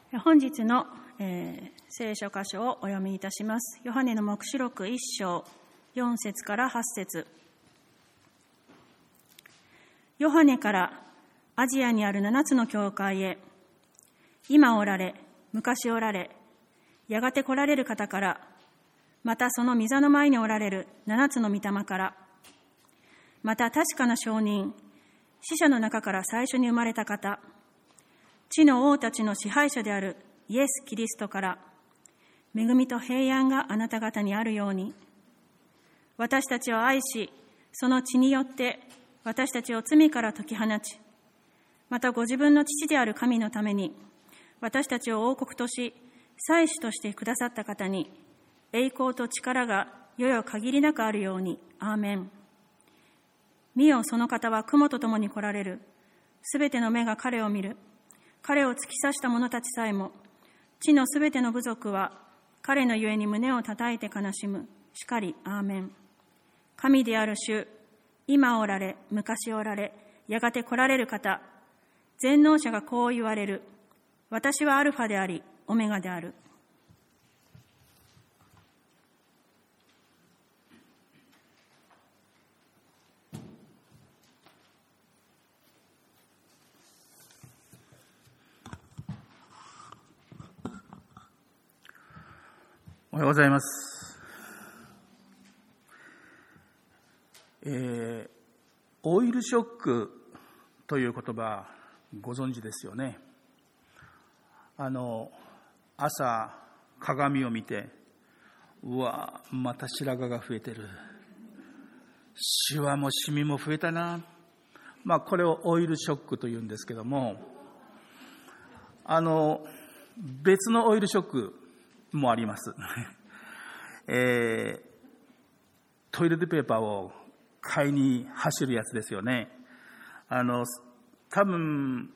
本日の、聖書箇所をお読みいたします。ヨハネの黙示録1章4節から8節。ヨハネからアジアにある7つの教会へ、今おられ、昔おられ、やがて来られる方から、またその御座の前におられる7つの御霊から、また確かな証人、死者の中から最初に生まれた方、地の王たちの支配者であるイエス・キリストから、恵みと平安があなた方にあるように、私たちを愛し、その血によって私たちを罪から解き放ち、またご自分の父である神のために、私たちを王国とし、祭司としてくださった方に、栄光と力が世々限りなくあるように。アーメン。見よ、その方は雲と共に来られる。すべての目が彼を見る。彼を突き刺した者たちさえも、地のすべての部族は彼のゆえに胸を叩いて悲しむ。しかり。アーメン。神である主、今おられ、昔おられ、やがて来られる方、全能者がこう言われる。私はアルファであり、オメガである。 おはようございます。オイルショックという言葉ご存知ですよね。朝鏡を見て、うわ、また白髪が増えてる、シワもシミも増えたな、これをオイルショックというんですけども、別のオイルショックもあります。トイレットペーパーを買いに走るやつですよね。多分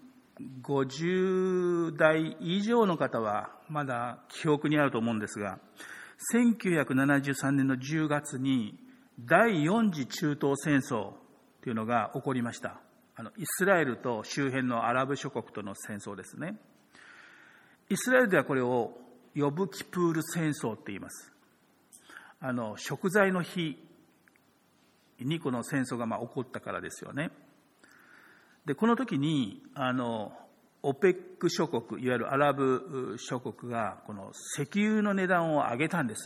50代以上の方はまだ記憶にあると思うんですが、1973年の10月に第4次中東戦争というのが起こりました。イスラエルと周辺のアラブ諸国との戦争ですね。イスラエルではこれをヨブキプール戦争って言います。贖罪の日にこの戦争が起こったからですよね。で、この時にオペック諸国、いわゆるアラブ諸国がこの石油の値段を上げたんです。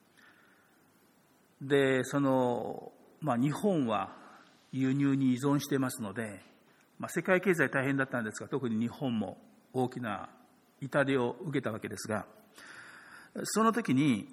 で、日本は輸入に依存していますので、世界経済大変だったんですが、特に日本も大きな痛手を受けたわけですが、その時に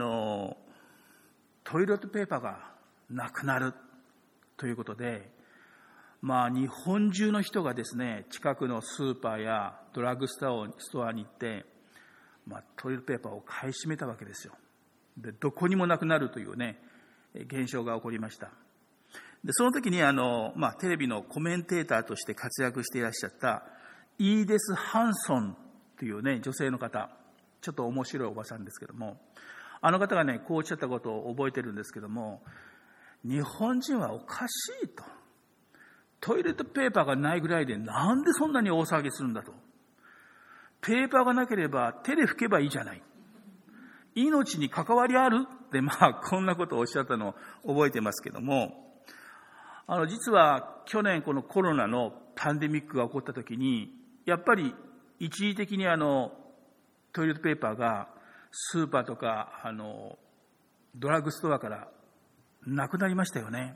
トイレットペーパーがなくなるということで、日本中の人がですね、近くのスーパーやドラッグストアに行って、トイレットペーパーを買い占めたわけですよ。で、どこにもなくなるというね、現象が起こりました。で、その時にテレビのコメンテーターとして活躍していらっしゃったイーデス・ハンソンというね、女性の方、ちょっと面白いおばさんですけども、あの方がね、こうおっしゃったことを覚えてるんですけども、日本人はおかしいと。トイレットペーパーがないぐらいでなんでそんなに大騒ぎするんだと。ペーパーがなければ手で拭けばいいじゃない。命に関わりあるって、こんなことをおっしゃったのを覚えてますけども、実は去年このコロナのパンデミックが起こった時に、やっぱり一時的にトイレットペーパーがスーパーとかドラッグストアからなくなりましたよね。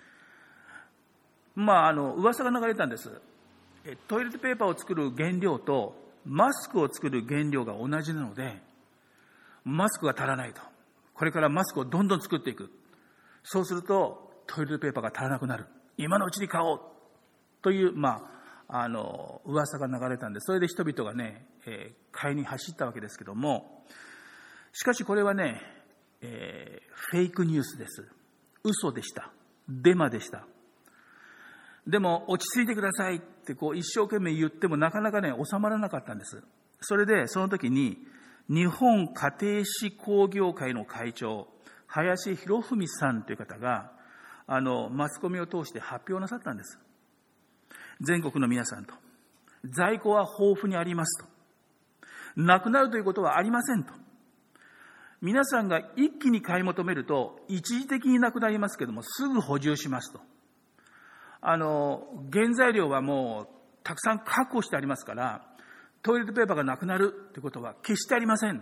噂が流れたんです。トイレットペーパーを作る原料とマスクを作る原料が同じなので、マスクが足らないと。これからマスクをどんどん作っていく。そうするとトイレットペーパーが足らなくなる。今のうちに買おうという噂が流れたんで、それで人々がね、買いに走ったわけですけども、しかしこれはね、フェイクニュースです。嘘でした。デマでした。でも落ち着いてくださいって一生懸命言ってもなかなかね、収まらなかったんです。それでその時に日本家庭紙工業会の会長、林博文さんという方がマスコミを通して発表なさったんです。全国の皆さんと、在庫は豊富にありますと。 なくなるということはありませんと。皆さんが一気に買い求めると、一時的になくなりますけども、すぐ補充しますと。原材料はもうたくさん確保してありますから、トイレットペーパーがなくなるということは決してありません。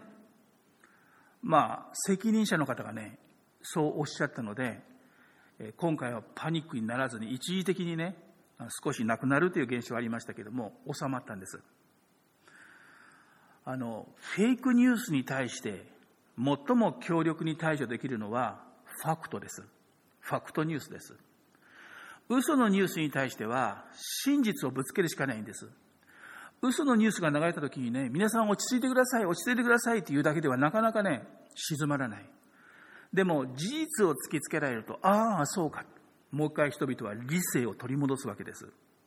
責任者の方がね、そうおっしゃったので、今回はパニックにならずに一時的にね、少しなくなるという現象がありましたけども、収まったんです。フェイクニュースに対して最も強力に対処できるのはファクトです。ファクトニュースです。嘘のニュースに対しては真実をぶつけるしかないんです。嘘のニュースが流れた時にね、皆さん落ち着いてください、落ち着いてくださいっていうだけではなかなかね、静まらない。でも事実を突きつけられると、ああ、そうか。もう一回人々は理性を取り戻すわけです。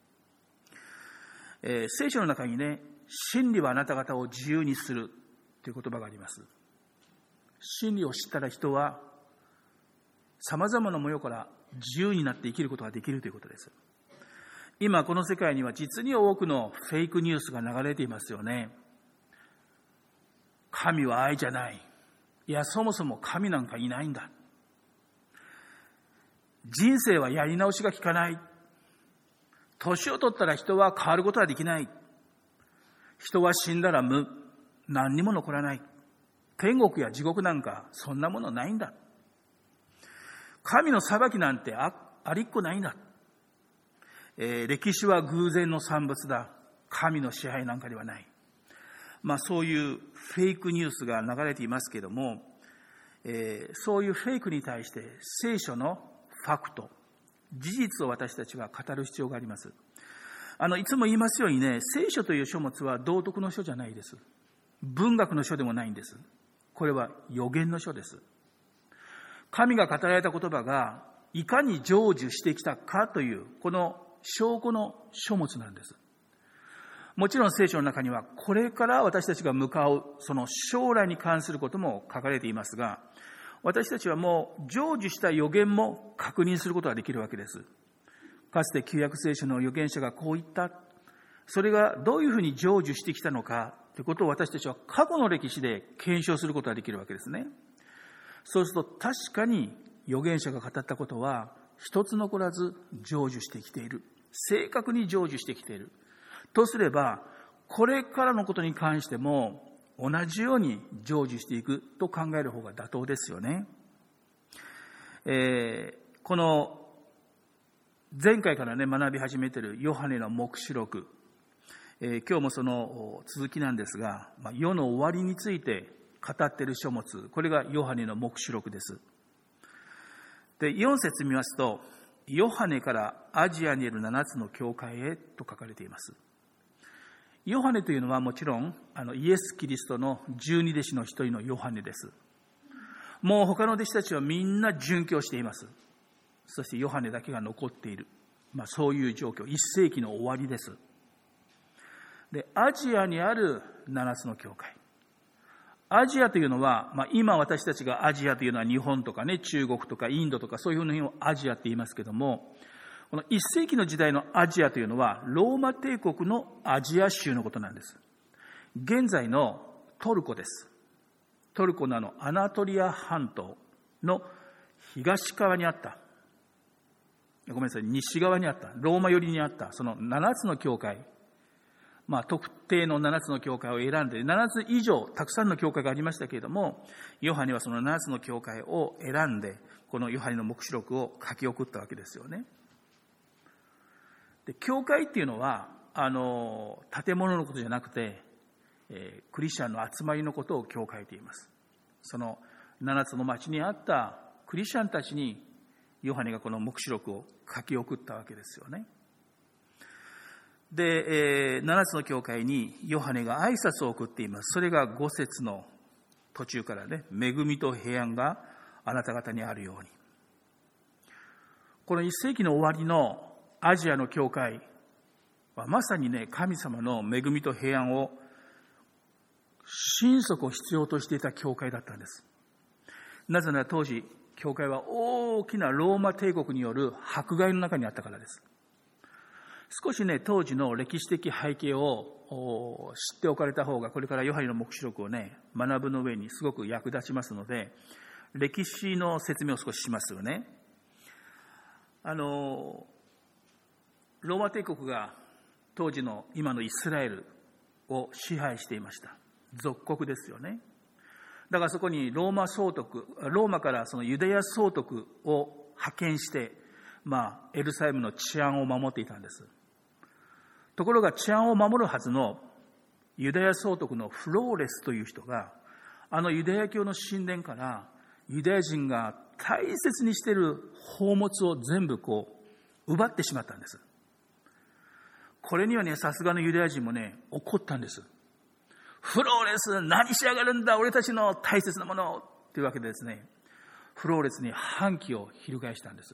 聖書の中にね、真理はあなた方を自由にするという言葉があります。真理を知ったら人は様々な模様から自由になって生きることができるということです。今この世界には実に多くのフェイクニュースが流れていますよね。神は愛じゃない。いや、そもそも神なんかいないんだ。人生はやり直しが効かない。年を取ったら人は変わることはできない。人は死んだら無。何にも残らない。天国や地獄なんかそんなものないんだ。神の裁きなんてありっこないんだ。歴史は偶然の産物だ。神の支配なんかではない。そういうフェイクニュースが流れていますけれども、そういうフェイクに対して聖書のファクト、事実を私たちは語る必要があります。いつも言いますようにね、聖書という書物は道徳の書じゃないです。文学の書でもないんです。これは預言の書です。神が語られた言葉がいかに成就してきたかというこの証拠の書物なんです。もちろん聖書の中にはこれから私たちが向かうその将来に関することも書かれていますが、私たちはもう成就した預言も確認することができるわけです。かつて旧約聖書の預言者がこう言った。それがどういうふうに成就してきたのかということを私たちは過去の歴史で検証することができるわけですね。そうすると確かに預言者が語ったことは一つ残らず成就してきている。正確に成就してきている。とすれば、これからのことに関しても同じように成就していくと考える方が妥当ですよね。この前回からね学び始めているヨハネの黙示録、今日もその続きなんですが、世の終わりについて語っている書物、これがヨハネの黙示録です。で、4節見ますと、ヨハネからアジアにいる7つの教会へと書かれています。ヨハネというのはもちろんイエス・キリストの12弟子の一人のヨハネです。もう他の弟子たちはみんな殉教しています。そしてヨハネだけが残っている、そういう状況、1世紀の終わりです。で、アジアにある7つの教会、アジアというのは、今私たちがアジアというのは日本とかね、中国とかインドとかそういうのをアジアって言いますけども、この1世紀の時代のアジアというのはローマ帝国のアジア州のことなんです。現在のトルコです。トルコのアナトリア半島の東側にあった、西側にあった、ローマ寄りにあったその7つの教会、特定の7つの教会を選んで、7つ以上たくさんの教会がありましたけれども、ヨハネはその7つの教会を選んで、このヨハネの黙示録を書き送ったわけですよね。で、教会っていうのは建物のことじゃなくて、クリスチャンの集まりのことを教会と言います。その7つの町にあったクリスチャンたちにヨハネがこの黙示録を書き送ったわけですよね。で、7つの教会にヨハネが挨拶を送っています。それが5節の途中からね、恵みと平安があなた方にあるように。この1世紀の終わりのアジアの教会はまさにね、神様の恵みと平安を心底必要としていた教会だったんです。なぜなら当時教会は大きなローマ帝国による迫害の中にあったからです。 少しね、当時の歴史的背景を知っておかれた方が、これからヨハネの黙示録をね、学ぶの上にすごく役立ちますので、歴史の説明を少ししますよね。ローマ帝国が当時の今のイスラエルを支配していました。属国ですよね。だからそこにローマからそのユダヤ総督を派遣して、エルサレムの治安を守っていたんです。ところが治安を守るはずのユダヤ総督のフローレスという人が、ユダヤ教の神殿からユダヤ人が大切にしている宝物を全部奪ってしまったんです。これにはね、さすがのユダヤ人もね、怒ったんです。フローレス、何しやがるんだ、俺たちの大切なものをというわけでですね、フローレスに反旗を翻したんです。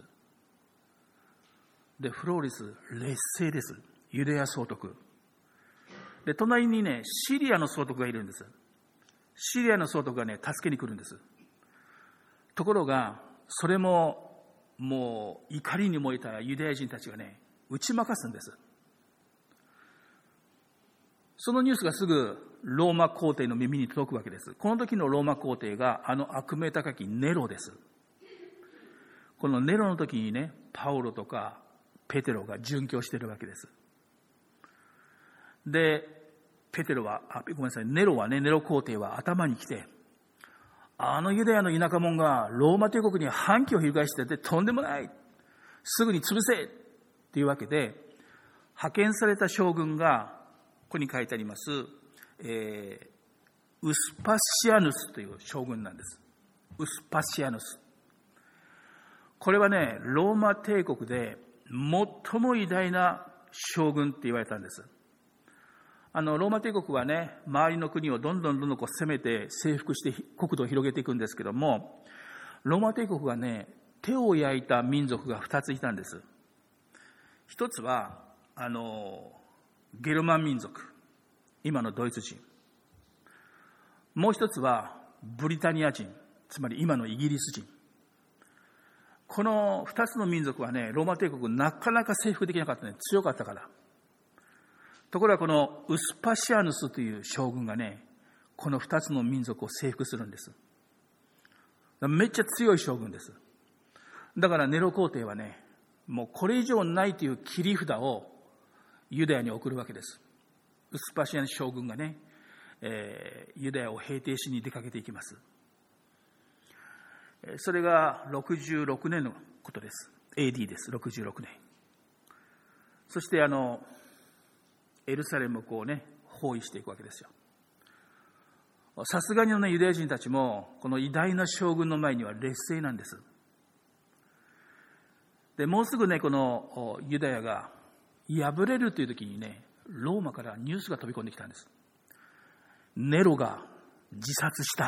で、フローレス、劣勢です。ユダヤ総督。で、隣にね、シリアの総督がいるんです。シリアの総督がね、助けに来るんです。ところが、それも、もう怒りに燃えたユダヤ人たちがね、打ち負かすんです。そのニュースがすぐローマ皇帝の耳に届くわけです。この時のローマ皇帝が悪名高きネロです。このネロの時にね、パウロとかペテロが殉教しているわけです。で、ネロはね、ネロ皇帝は頭に来て、ユダヤの田舎者がローマ帝国に反旗を翻しててとんでもない。すぐに潰せっていうわけで、派遣された将軍が、ここに書いてあります、ウスパシアヌスという将軍なんです。ウスパシアヌス。これはね、ローマ帝国で最も偉大な将軍って言われたんです。ローマ帝国はね、周りの国をどんどん攻めて征服して国土を広げていくんですけども、ローマ帝国がね、手を焼いた民族が2ついたんです。一つは、ゲルマン民族、今のドイツ人。もう一つはブリタニア人、つまり今のイギリス人。この二つの民族はね、ローマ帝国なかなか征服できなかったね、強かったから。ところがこのウスパシアヌスという将軍がね、この二つの民族を征服するんです。めっちゃ強い将軍です。だからネロ皇帝はね、もうこれ以上ないという切り札をユダヤに送るわけです。ウスパシアヌス将軍がね、ユダヤを平定しに出かけていきます。それが66年のことです。AD です。66年。そしてエルサレムを包囲していくわけですよ。さすがにユダヤ人たちもこの偉大な将軍の前には劣勢なんです。で、もうすぐね、このユダヤが敗れるという時にね、ローマからニュースが飛び込んできたんです。ネロが自殺した。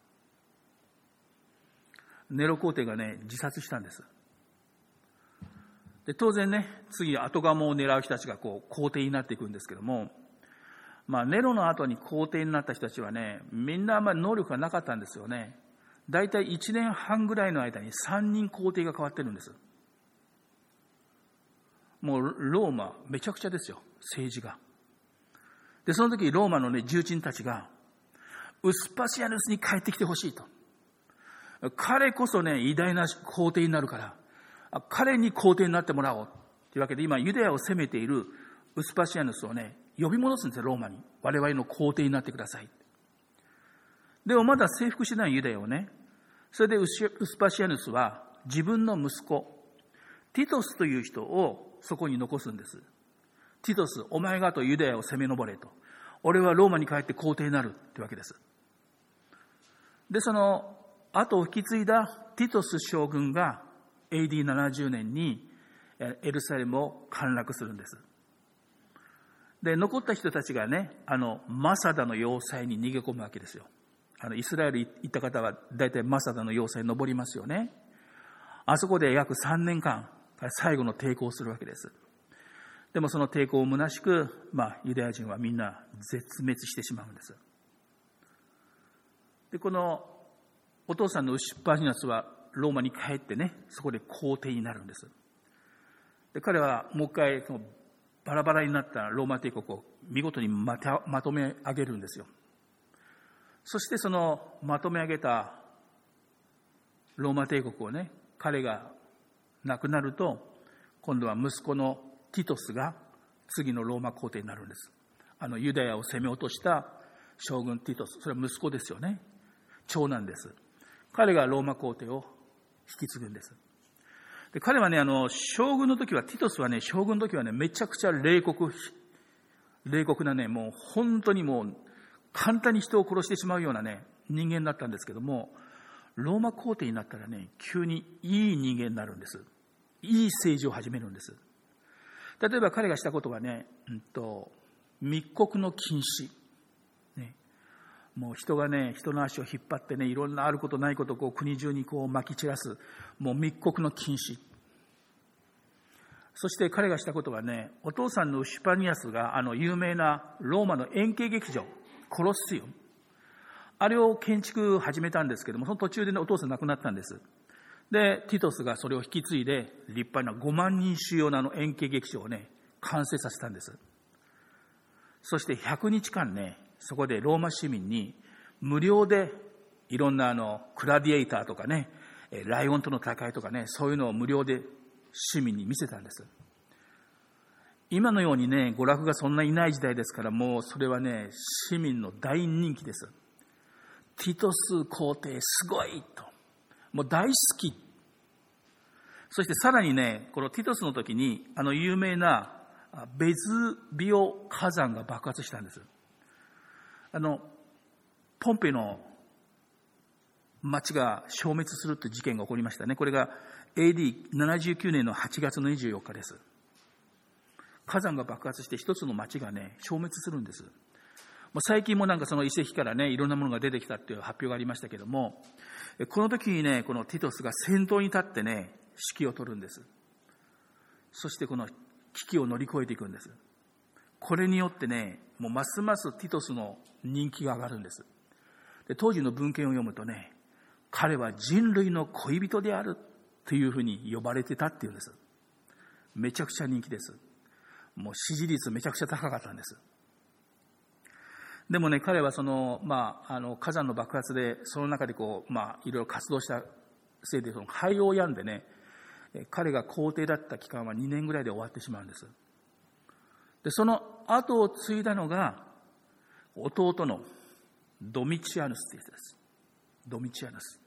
ネロ皇帝がね、自殺したんです。で、当然ね、次後釜を狙う人たちが皇帝になっていくんですけども、ネロの後に皇帝になった人たちはね、みんなあんまり能力がなかったんですよね。だいたい1年半ぐらいの間に3人皇帝が変わってるんです。もうローマめちゃくちゃですよ、政治が。で、その時ローマのね、重鎮たちがウスパシアヌスに帰ってきてほしいと。彼こそね、偉大な皇帝になるから、彼に皇帝になってもらおうというわけで、今ユダヤを攻めているウスパシアヌスをね、呼び戻すんですよ、ローマに。我々の皇帝になってください。でもまだ征服してないユダヤをね、それでウスパシアヌスは自分の息子ティトスという人をそこに残すんです。ティトス、お前がとユダヤを攻め上れと。俺はローマに帰って皇帝になるってわけです。で、その後を引き継いだティトス将軍が AD70 年にエルサレムを陥落するんです。で、残った人たちがね、マサダの要塞に逃げ込むわけですよ。イスラエル行った方は大体マサダの要塞に登りますよね。あそこで約3年間、最後の抵抗をするわけです。でもその抵抗を虚しく、ユダヤ人はみんな絶滅してしまうんです。で、このお父さんのウスパシアヌスはローマに帰ってね、そこで皇帝になるんです。で、彼はもう一回バラバラになったローマ帝国を見事にまとめ上げるんですよ。そしてそのまとめ上げたローマ帝国をね、彼が亡くなると、今度は息子のティトスが次のローマ皇帝になるんです。ユダヤを攻め落とした将軍ティトス、それは息子ですよね。長男です。彼がローマ皇帝を引き継ぐんです。で、彼はね、将軍の時は、ティトスはね、将軍の時はね、めちゃくちゃ冷酷なね、もう本当にもう簡単に人を殺してしまうようなね、人間だったんですけども、ローマ皇帝になったらね、急にいい人間になるんです。いい政治を始めるんです。例えば彼がしたことはね、密告の禁止。ね、もう人がね、人の足を引っ張ってね、いろんなあることないことをこう国中にこう撒き散らす、もう密告の禁止。そして彼がしたことはね、お父さんのウシュパニアスが有名なローマの円形劇場、コロッセウム。あれを建築始めたんですけども、その途中でね、お父さん亡くなったんです。で、ティトスがそれを引き継いで、立派な5万人収容の円形劇場をね、完成させたんです。そして100日間ね、そこでローマ市民に無料でいろんなクラディエイターとかね、ライオンとの戦いとかね、そういうのを無料で市民に見せたんです。今のようにね、娯楽がそんないない時代ですから、もうそれはね、市民の大人気です。ティトス皇帝すごいと。もう大好き。そしてさらにね、このティトスの時に、有名なベズビオ火山が爆発したんです。ポンペイの町が消滅するという事件が起こりましたね。これが AD79 年の8月の24日です。火山が爆発して一つの町がね、消滅するんです。最近もなんかその遺跡からね、いろんなものが出てきたっていう発表がありましたけども、この時にね、このティトスが先頭に立ってね、指揮を取るんです。そしてこの危機を乗り越えていくんです。これによってね、もうますますティトスの人気が上がるんです。で、当時の文献を読むとね、彼は人類の恋人であるというふうに呼ばれてたっていうんです。めちゃくちゃ人気です。もう支持率めちゃくちゃ高かったんです。でもね、彼は火山の爆発で、その中でいろいろ活動したせいで、肺を病んでね、彼が皇帝だった期間は2年ぐらいで終わってしまうんです。で、その後を継いだのが、弟のドミチアヌスという人です。ドミチアヌス。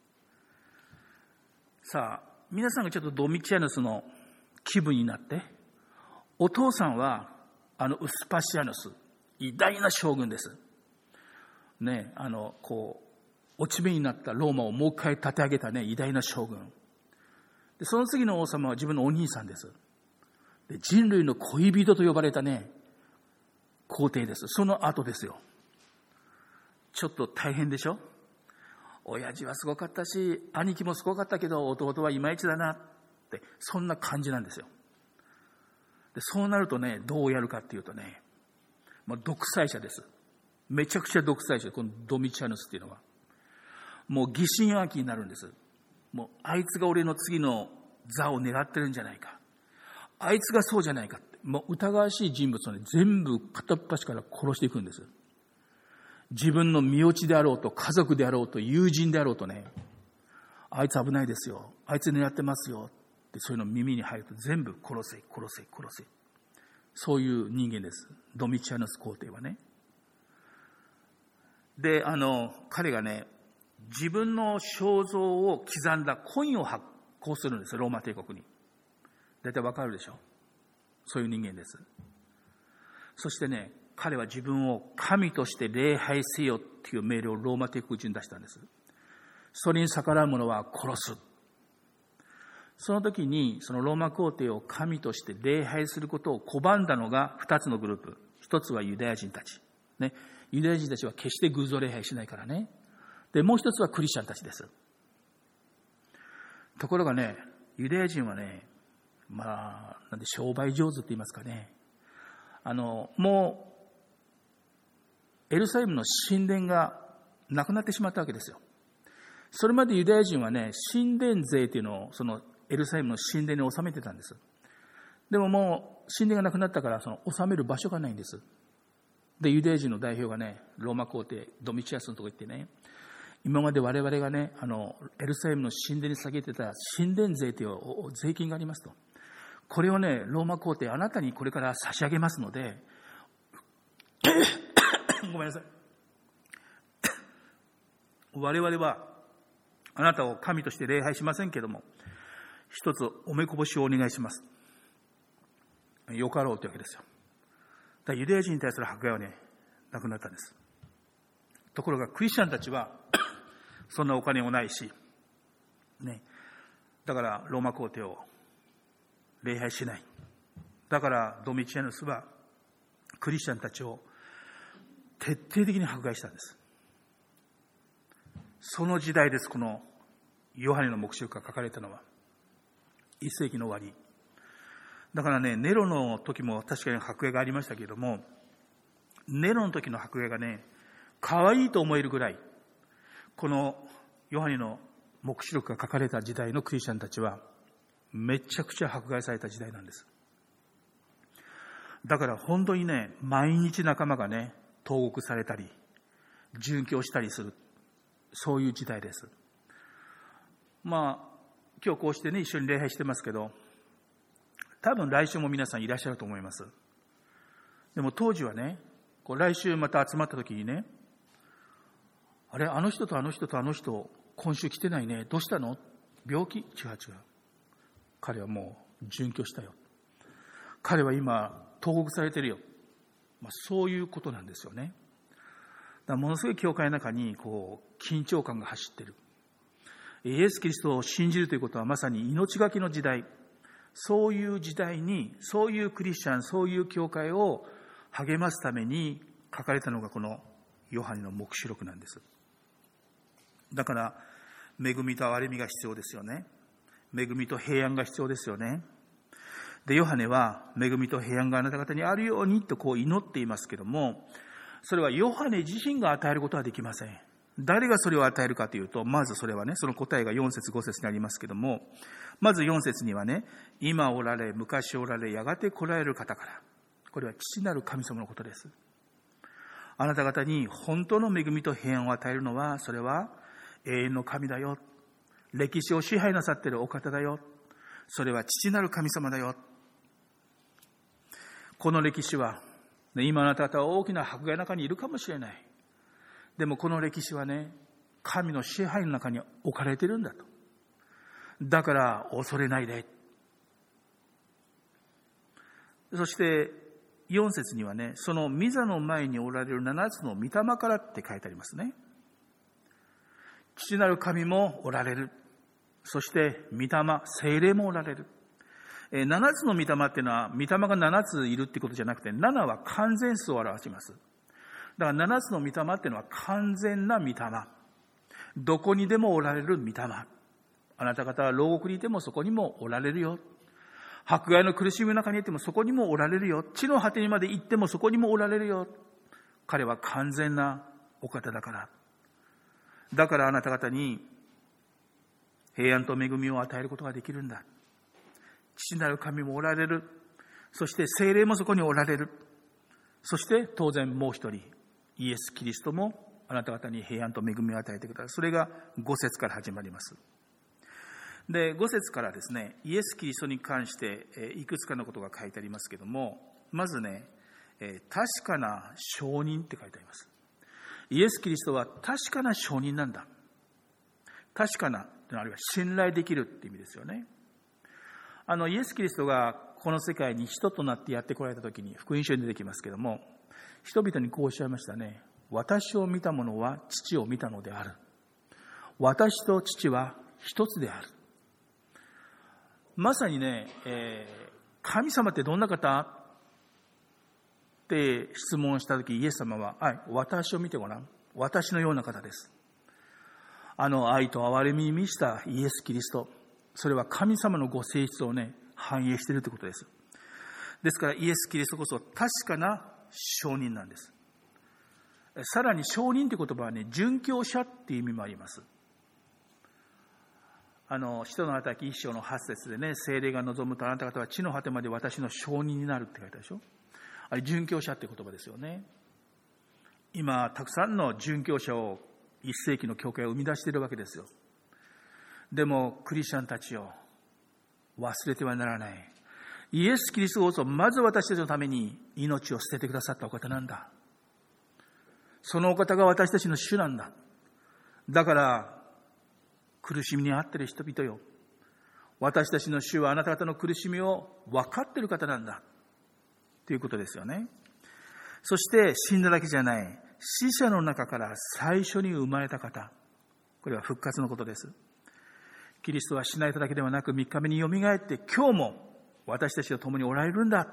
さあ、皆さんがちょっとドミチアヌスの気分になって、お父さんはウスパシアヌス、偉大な将軍です。ね、落ち目になったローマをもう一回立て上げたね、偉大な将軍。で、その次の王様は自分のお兄さんです。で、人類の恋人と呼ばれたね、皇帝です。その後ですよ。ちょっと大変でしょ？親父はすごかったし、兄貴もすごかったけど、弟はいまいちだなって、そんな感じなんですよ。で、そうなるとね、どうやるかっていうとね、独裁者です。めちゃくちゃ独裁者、このドミチアヌスっていうのは。もう疑心暗鬼になるんです。もうあいつが俺の次の座を狙ってるんじゃないか。あいつがそうじゃないかって。もう疑わしい人物をね、全部片っ端から殺していくんです。自分の身内であろうと、家族であろうと、友人であろうとね、あいつ危ないですよ。あいつ狙ってますよ。ってそういうの耳に入ると全部殺せ。そういう人間です。ドミチアヌス皇帝はね。で、彼がね、自分の肖像を刻んだコインを発行するんですよ、ローマ帝国に。大体わかるでしょ？そういう人間です。そしてね、彼は自分を神として礼拝せよっていう命令をローマ帝国中に出したんです。それに逆らう者は殺す。その時に、そのローマ皇帝を神として礼拝することを拒んだのが2つのグループ。一つはユダヤ人たち。ね。ユダヤ人たちは決して偶像礼拝しないからね。で、もう一つはクリスチャンたちです。ところがね、ユダヤ人はね、なんで商売上手って言いますかね。もう、エルサレムの神殿がなくなってしまったわけですよ。それまでユダヤ人はね、神殿税っていうのを、そのエルサレムの神殿に納めてたんです。 でももう神殿がなくなったから、その収める場所がないんです。で、ユダヤ人の代表がね、ローマ皇帝ドミチアスのとこ行ってね、今まで我々がね、エルサレムの神殿に下げてた神殿税という税金がありますと。これをね、ローマ皇帝あなたにこれから差し上げますので、ごめんなさい。我々はあなたを神として礼拝しませんけども、一つおめこぼしをお願いします。よかろうというわけですよ。だからユダヤ人に対する迫害はね、なくなったんです。ところがクリスチャンたちはそんなお金もないし、ね、だからローマ皇帝を礼拝しない。だからドミチアヌスはクリスチャンたちを徹底的に迫害したんです。その時代です。このヨハネの黙示録が書かれたのは1世紀の終わりだからね、ネロの時も確かに迫害がありましたけれども、ネロの時の迫害がね、可愛いと思えるぐらい、このヨハネの黙示録が書かれた時代のクリスチャンたちはめちゃくちゃ迫害された時代なんです。だから本当にね、毎日仲間がね、投獄されたり殉教したりする、そういう時代です。まあ今日こうしてね、一緒に礼拝してますけど、多分来週も皆さんいらっしゃると思います。でも当時はね、こう来週また集まった時にね、あれ、あの人とあの人とあの人今週来てないね、どうしたの？病気？違う。彼はもう殉教したよ。彼は今投獄されてるよ。そういうことなんですよね。だからものすごい教会の中にこう緊張感が走ってる。イエス・キリストを信じるということはまさに命がけの時代。そういう時代に、そういうクリスチャン、そういう教会を励ますために書かれたのがこのヨハネの黙示録なんです。だから恵みと憐れみが必要ですよね。恵みと平安が必要ですよね。で、ヨハネは恵みと平安があなた方にあるようにとこう祈っていますけども、それはヨハネ自身が与えることはできません。誰がそれを与えるかというと、まずそれはね、その答えが4節5節にありますけども、まず4節にはね、今おられ、昔おられ、やがて来られる方から。これは父なる神様のことです。あなた方に本当の恵みと平安を与えるのは、それは永遠の神だよ。歴史を支配なさっているお方だよ。それは父なる神様だよ。この歴史は、今あなた方は大きな迫害の中にいるかもしれない。でもこの歴史はね、神の支配の中に置かれているんだと。だから恐れないで。そして4節にはね、その御座の前におられる7つの御霊からって書いてありますね。父なる神もおられる。そして御霊、聖霊もおられる。7つの御霊っていうのは、御霊が7ついるってことじゃなくて、7は完全数を表します。だから7つの御霊っていうのは完全な御霊。どこにでもおられる御霊。あなた方は牢獄にいてもそこにもおられるよ。迫害の苦しみの中にいてもそこにもおられるよ。地の果てにまで行ってもそこにもおられるよ。彼は完全なお方だから。だからあなた方に平安と恵みを与えることができるんだ。父なる神もおられる。そして聖霊もそこにおられる。そして当然もう一人、イエス・キリストもあなた方に平安と恵みを与えてください。それが5節から始まります。で、5節からですね、イエス・キリストに関していくつかのことが書いてありますけども、まずね、確かな証人って書いてあります。イエス・キリストは確かな証人なんだ。確かな、あるいは信頼できるって意味ですよね。イエス・キリストがこの世界に人となってやってこられたときに、福音書に出てきますけども、人々にこうおっしゃいましたね。私を見た者は父を見たのである。私と父は一つである。まさにね、神様ってどんな方って質問したとき、イエス様は、私を見てごらん。私のような方です。愛と憐れみに満ちたイエス・キリスト。それは神様のご性質をね、反映しているということです。ですからイエス・キリストこそ確かな証人なんです。さらに証人という言葉はね、殉教者っていう意味もあります。 使徒の働き1章の8節でね、聖霊が望むとあなた方は地の果てまで私の証人になるって書いてあるでしょ。あれ、殉教者って言葉ですよね。今、たくさんの殉教者を1世紀の教会を生み出しているわけですよ。でも、クリスチャンたちを忘れてはならない。イエス・キリストこそ、まず私たちのために命を捨ててくださったお方なんだ。そのお方が私たちの主なんだ。だから、苦しみに遭っている人々よ。私たちの主はあなた方の苦しみを分かっている方なんだ。ということですよね。そして死んだだけじゃない。死者の中から最初に生まれた方。これは復活のことです。キリストは死なれただけではなく3日目によみがえって今日も私たちと共におられるんだ。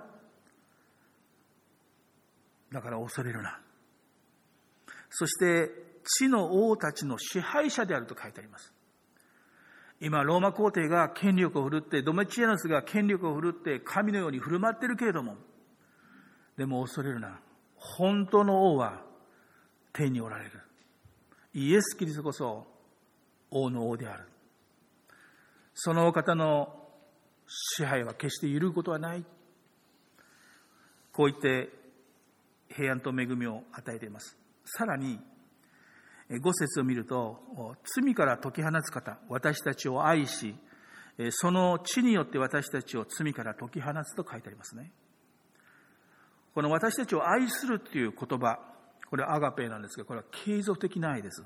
だから恐れるな。そして地の王たちの支配者であると書いてあります。今、ローマ皇帝が権力を振るって、ドメチアノスが権力を振るって、神のように振る舞っているけれども、でも恐れるな。本当の王は天におられる。イエス・キリストこそ王の王である。そのお方の支配は決して揺るぐことはない。こう言って平安と恵みを与えています。さらに、5節を見ると、罪から解き放つ方、私たちを愛し、その地によって私たちを罪から解き放つと書いてありますね。この私たちを愛するという言葉、これはアガペなんですが、これは継続的な愛です。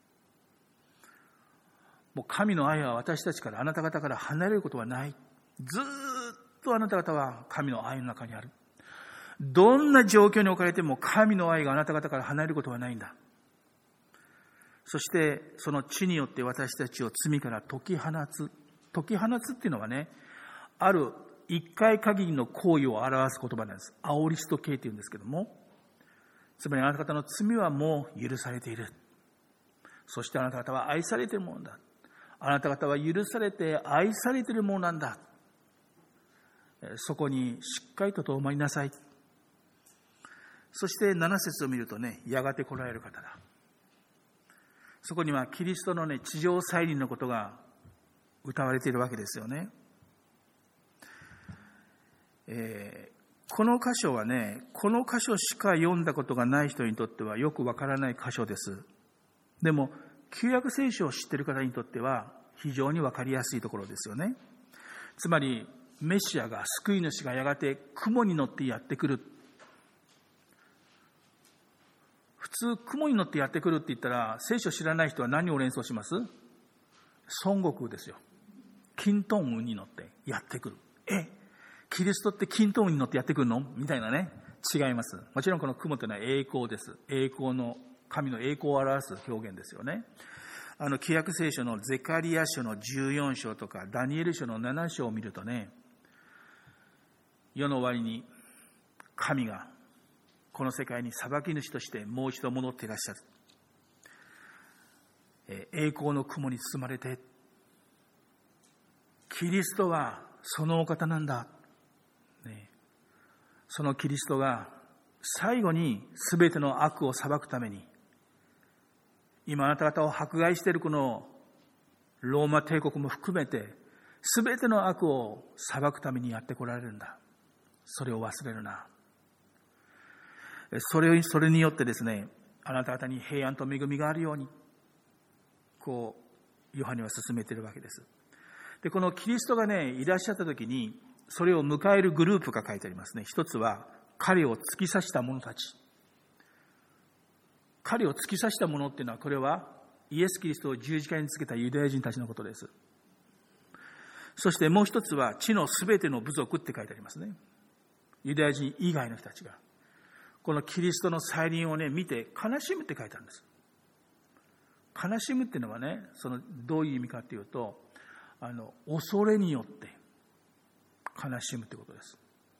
もう神の愛は私たちから、あなた方から離れることはない。ずーっとあなた方は神の愛の中にある。どんな状況に置かれても神の愛があなた方から離れることはないんだ。そしてその地によって私たちを罪から解き放つ。解き放つっていうのはね、ある一回限りの行為を表す言葉なんです。アオリスト系っていうんですけども、つまりあなた方の罪はもう許されている。そしてあなた方は愛されているものだ。あなた方は許されて愛されているものなんだ。そこにしっかりと留まりなさい。そして7節を見るとね、やがて来られる方だ。そこにはキリストのね、地上再臨のことが歌われているわけですよね。この箇所はね、この箇所しか読んだことがない人にとってはよくわからない箇所です。でも、旧約聖書を知っている方にとっては非常にわかりやすいところですよね。つまり、メシアが、救い主がやがて雲に乗ってやってくる。普通、雲に乗ってやってくるって言ったら、聖書知らない人は何を連想します？孫悟空ですよ。金遁雲に乗ってやってくる。キリストって金遁雲に乗ってやってくるの？みたいなね。違います。もちろんこの雲というのは栄光です。栄光の、神の栄光を表す表現ですよね。旧約聖書のゼカリア書の14章とか、ダニエル書の7章を見るとね、世の終わりに神がこの世界に裁き主としてもう一度戻っていらっしゃる。栄光の雲に包まれて、キリストはそのお方なんだ。そのキリストが最後に全ての悪を裁くために、今あなた方を迫害しているこのローマ帝国も含めて、全ての悪を裁くためにやって来られるんだ。それを忘れるな。それによってですね、あなた方に平安と恵みがあるように、こう、ヨハネは進めているわけです。で、このキリストがね、いらっしゃった時に、それを迎えるグループが書いてありますね。一つは、彼を突き刺した者たち。彼を突き刺した者っていうのは、これは、イエス・キリストを十字架につけたユダヤ人たちのことです。そしてもう一つは、地のすべての部族って書いてありますね。ユダヤ人以外の人たちが。このキリストの再臨をね、見て悲しむって書いてあるんです。悲しむっていうのはね、どういう意味かっていうと、恐れによって悲しむってことです。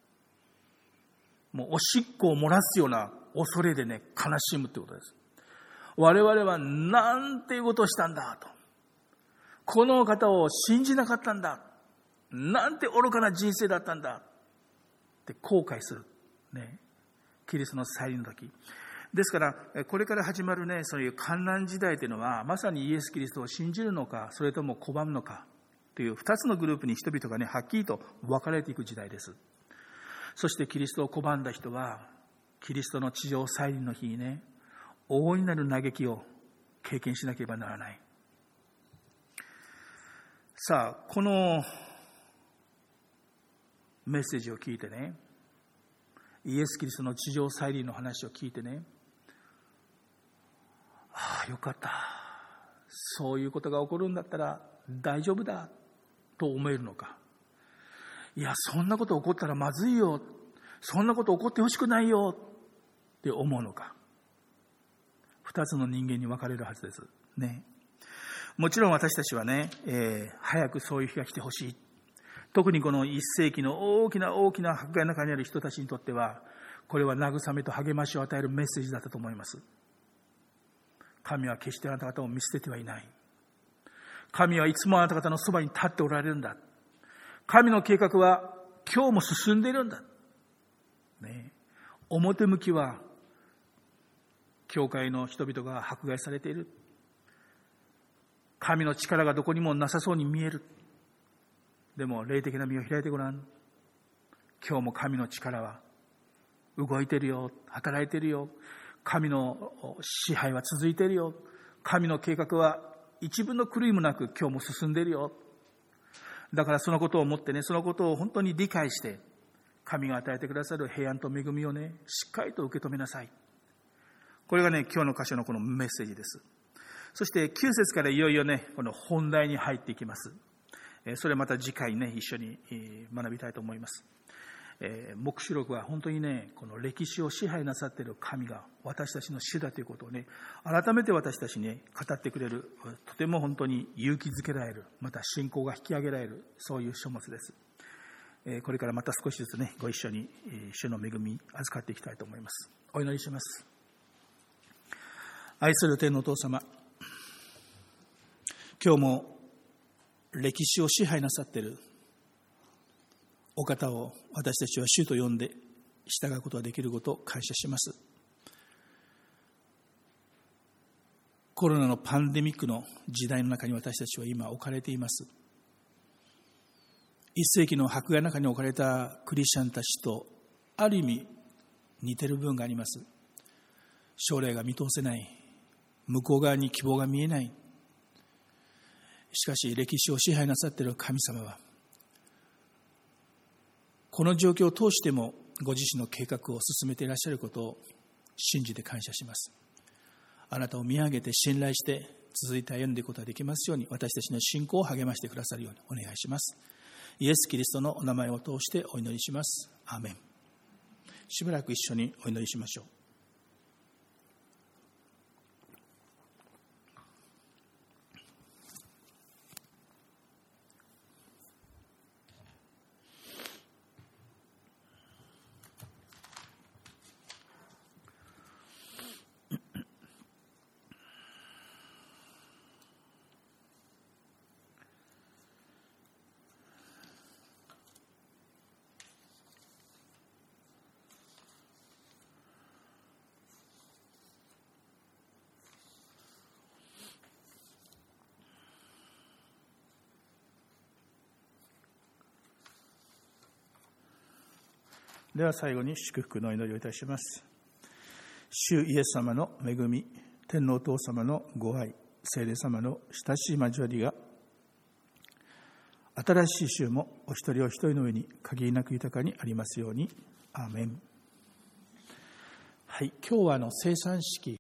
もうおしっこを漏らすような恐れでね、悲しむってことです。我々はなんていうことをしたんだと。この方を信じなかったんだ。なんて愚かな人生だったんだって後悔する。ね。キリストの再臨の時。ですから、これから始まるね、そういう観覧時代というのは、まさにイエス・キリストを信じるのか、それとも拒むのか、 という2つのグループに人々がはっきりと分かれていく時代です。そしてキリストを拒んだ人は、キリストの地上再臨の日に大いなる嘆きを経験しなければならない。さあ、このメッセージを聞いてイエス・キリストの地上再臨の話を聞いてよかった。そういうことが起こるんだったら大丈夫だと思えるのか。いや、そんなこと起こったらまずいよ。そんなこと起こってほしくないよって思うのか。二つの人間に分かれるはずですね。もちろん私たちは早くそういう日が来てほしい。特にこの1世紀の大きな迫害の中にある人たちにとっては、これは慰めと励ましを与えるメッセージだったと思います。神は決してあなた方を見捨ててはいない。神はいつもあなた方のそばに立っておられるんだ。神の計画は今日も進んでいるんだ。表向きは教会の人々が迫害されている。神の力がどこにもなさそうに見える。でも霊的な身を開いてごらん。今日も神の力は動いているよ。働いているよ。神の支配は続いているよ。神の計画は一分の狂いもなく今日も進んでいるよ。だからそのことを思ってそのことを本当に理解して、神が与えてくださる平安と恵みをしっかりと受け止めなさい。これが今日の箇所のこのメッセージです。そして9節からいよいよこの本題に入っていきます。それまた次回一緒に学びたいと思います。黙示録は本当にこの歴史を支配なさっている神が私たちの主だということを改めて私たちに語ってくれる、とても本当に勇気づけられる、また信仰が引き上げられる、そういう書物です。これからまた少しずつご一緒に主の恵み預かっていきたいと思います。お祈りします。愛する天のお父様、今日も歴史を支配なさっているお方を私たちは主と呼んで従うことができることを感謝します。コロナのパンデミックの時代の中に私たちは今置かれています。一世紀の迫害の中に置かれたクリスチャンたちとある意味似てる部分があります。将来が見通せない、向こう側に希望が見えない。しかし歴史を支配なさっている神様は、この状況を通してもご自身の計画を進めていらっしゃることを信じて感謝します。あなたを見上げて信頼して続いて歩んでいくことができますように、私たちの信仰を励ましてくださるようにお願いします。イエス・キリストのお名前を通してお祈りします。アーメン。しばらく一緒にお祈りしましょう。では最後に祝福の祈りをいたします。主イエス様の恵み、天のお父様のご愛、聖霊様の親しい交わりが、新しい週もお一人お一人の上に限りなく豊かにありますように。アーメン。はい、今日は生産式